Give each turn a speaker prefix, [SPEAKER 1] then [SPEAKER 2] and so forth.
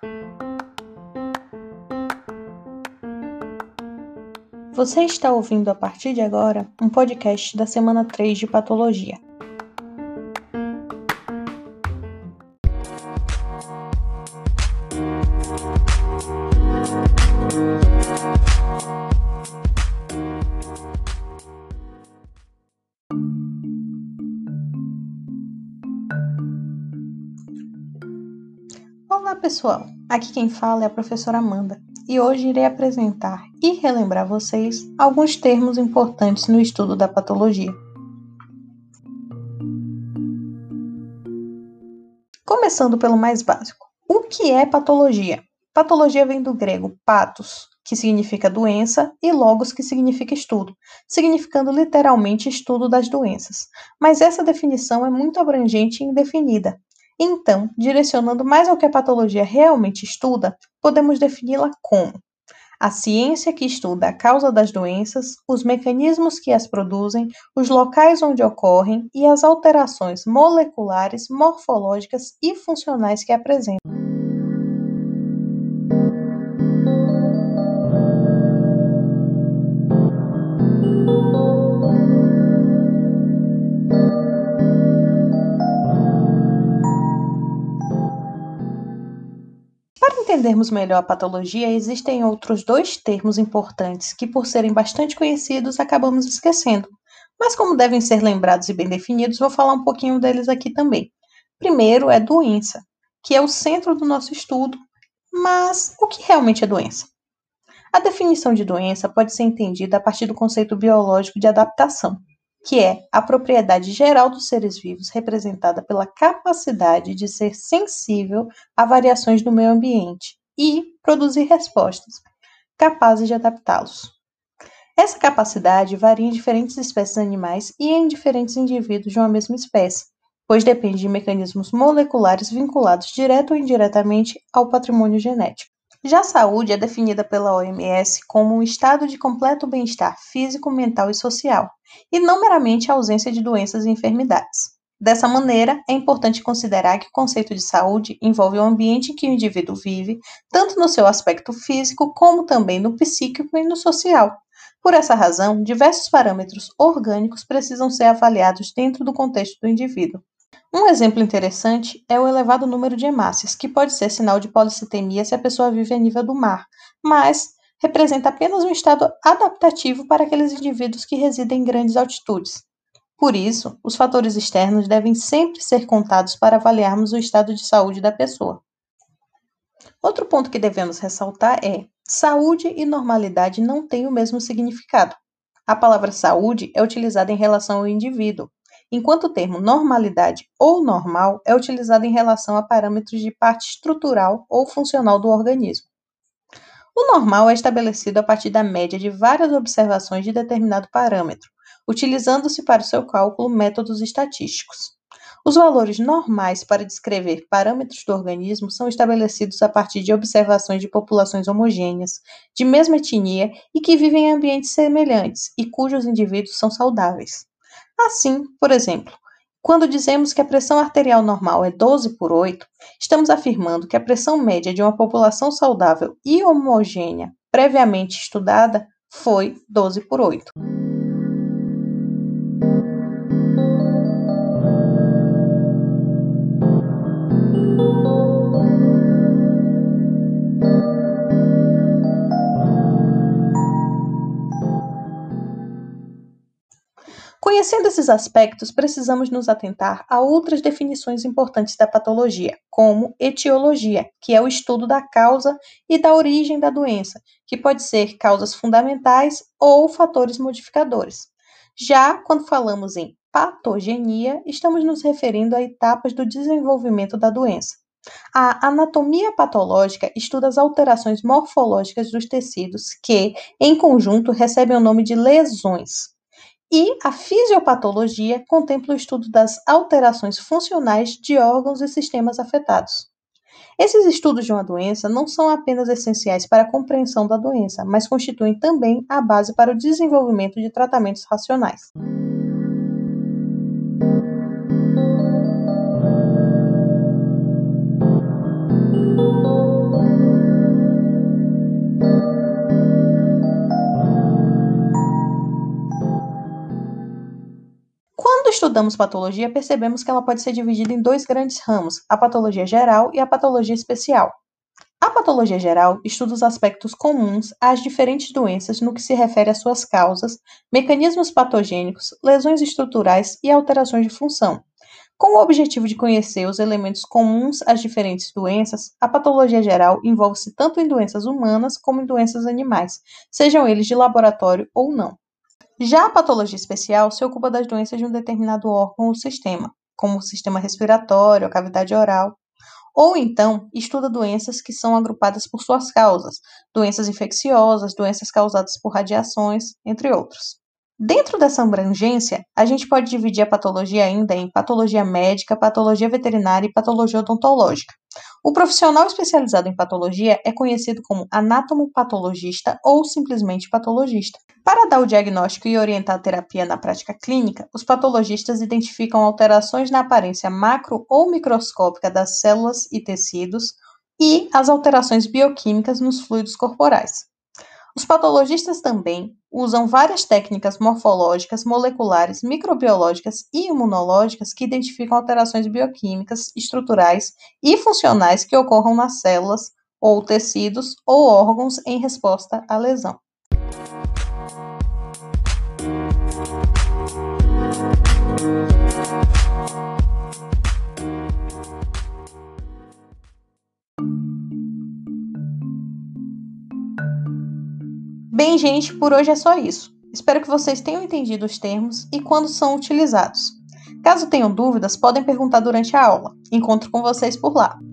[SPEAKER 1] Você está ouvindo a partir de agora um podcast da semana 3 de Patologia. Olá pessoal, aqui quem fala é a professora Amanda e hoje irei apresentar e relembrar vocês alguns termos importantes no estudo da patologia. Começando pelo mais básico, o que é patologia? Patologia vem do grego pathos, que significa doença, e logos, que significa estudo, significando literalmente estudo das doenças. Mas essa definição é muito abrangente e indefinida. Então, direcionando mais ao que a patologia realmente estuda, podemos defini-la como a ciência que estuda a causa das doenças, os mecanismos que as produzem, os locais onde ocorrem e as alterações moleculares, morfológicas e funcionais que apresentam. Para entendermos melhor a patologia, existem outros dois termos importantes que, por serem bastante conhecidos, acabamos esquecendo. Mas como devem ser lembrados e bem definidos, vou falar um pouquinho deles aqui também. Primeiro é doença, que é o centro do nosso estudo, mas o que realmente é doença? A definição de doença pode ser entendida a partir do conceito biológico de adaptação, que é a propriedade geral dos seres vivos representada pela capacidade de ser sensível a variações do meio ambiente e produzir respostas capazes de adaptá-los. Essa capacidade varia em diferentes espécies animais e em diferentes indivíduos de uma mesma espécie, pois depende de mecanismos moleculares vinculados direta ou indiretamente ao patrimônio genético. Já a saúde é definida pela OMS como um estado de completo bem-estar físico, mental e social, e não meramente a ausência de doenças e enfermidades. Dessa maneira, é importante considerar que o conceito de saúde envolve o ambiente em que o indivíduo vive, tanto no seu aspecto físico, como também no psíquico e no social. Por essa razão, diversos parâmetros orgânicos precisam ser avaliados dentro do contexto do indivíduo. Um exemplo interessante é o elevado número de hemácias, que pode ser sinal de policitemia se a pessoa vive a nível do mar, mas representa apenas um estado adaptativo para aqueles indivíduos que residem em grandes altitudes. Por isso, os fatores externos devem sempre ser contados para avaliarmos o estado de saúde da pessoa. Outro ponto que devemos ressaltar é: saúde e normalidade não têm o mesmo significado. A palavra saúde é utilizada em relação ao indivíduo, enquanto o termo normalidade ou normal é utilizado em relação a parâmetros de parte estrutural ou funcional do organismo. O normal é estabelecido a partir da média de várias observações de determinado parâmetro, utilizando-se para o seu cálculo métodos estatísticos. Os valores normais para descrever parâmetros do organismo são estabelecidos a partir de observações de populações homogêneas, de mesma etnia e que vivem em ambientes semelhantes e cujos indivíduos são saudáveis. Assim, por exemplo, quando dizemos que a pressão arterial normal é 12/8, estamos afirmando que a pressão média de uma população saudável e homogênea previamente estudada foi 12/8. Conhecendo esses aspectos, precisamos nos atentar a outras definições importantes da patologia, como etiologia, que é o estudo da causa e da origem da doença, que pode ser causas fundamentais ou fatores modificadores. Já quando falamos em patogenia, estamos nos referindo a etapas do desenvolvimento da doença. A anatomia patológica estuda as alterações morfológicas dos tecidos que, em conjunto, recebem o nome de lesões. E a fisiopatologia contempla o estudo das alterações funcionais de órgãos e sistemas afetados. Esses estudos de uma doença não são apenas essenciais para a compreensão da doença, mas constituem também a base para o desenvolvimento de tratamentos racionais. estudamos patologia, percebemos que ela pode ser dividida em dois grandes ramos, a patologia geral e a patologia especial. A patologia geral estuda os aspectos comuns às diferentes doenças no que se refere às suas causas, mecanismos patogênicos, lesões estruturais e alterações de função. Com o objetivo de conhecer os elementos comuns às diferentes doenças, a patologia geral envolve-se tanto em doenças humanas como em doenças animais, sejam eles de laboratório ou não. Já a patologia especial se ocupa das doenças de um determinado órgão ou sistema, como o sistema respiratório, a cavidade oral, ou então estuda doenças que são agrupadas por suas causas, doenças infecciosas, doenças causadas por radiações, entre outros. Dentro dessa abrangência, a gente pode dividir a patologia ainda em patologia médica, patologia veterinária e patologia odontológica. O profissional especializado em patologia é conhecido como anatomopatologista ou simplesmente patologista. Para dar o diagnóstico e orientar a terapia na prática clínica, os patologistas identificam alterações na aparência macro ou microscópica das células e tecidos e as alterações bioquímicas nos fluidos corporais. Os patologistas também usam várias técnicas morfológicas, moleculares, microbiológicas e imunológicas que identificam alterações bioquímicas, estruturais e funcionais que ocorram nas células ou tecidos ou órgãos em resposta à lesão. Bem, gente, por hoje é só isso. Espero que vocês tenham entendido os termos e quando são utilizados. Caso tenham dúvidas, podem perguntar durante a aula. Encontro com vocês por lá.